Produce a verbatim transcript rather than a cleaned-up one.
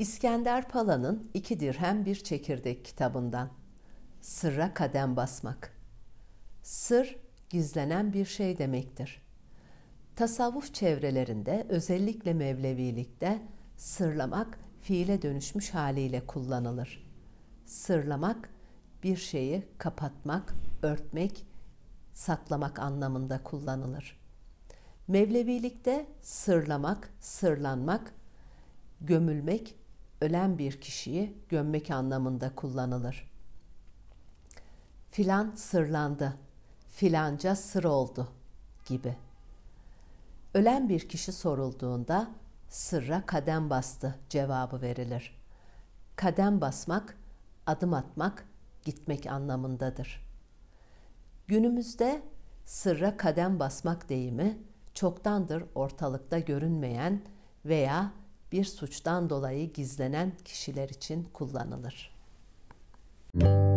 İskender Pala'nın İki Dirhem Bir Çekirdek kitabından. Sırra kadem basmak. Sır, gizlenen bir şey demektir. Tasavvuf çevrelerinde, özellikle Mevlevilikte sırlamak fiile dönüşmüş haliyle kullanılır. Sırlamak, bir şeyi kapatmak, örtmek, saklamak anlamında kullanılır. Mevlevilikte sırlamak, sırlanmak, gömülmek, ölen bir kişiyi gömmek anlamında kullanılır. Filan sırlandı, filanca sır oldu gibi. Ölen bir kişi sorulduğunda sırra kadem bastı cevabı verilir. Kadem basmak, adım atmak, gitmek anlamındadır. Günümüzde sırra kadem basmak deyimi çoktandır ortalıkta görünmeyen veya bir suçtan dolayı gizlenen kişiler için kullanılır.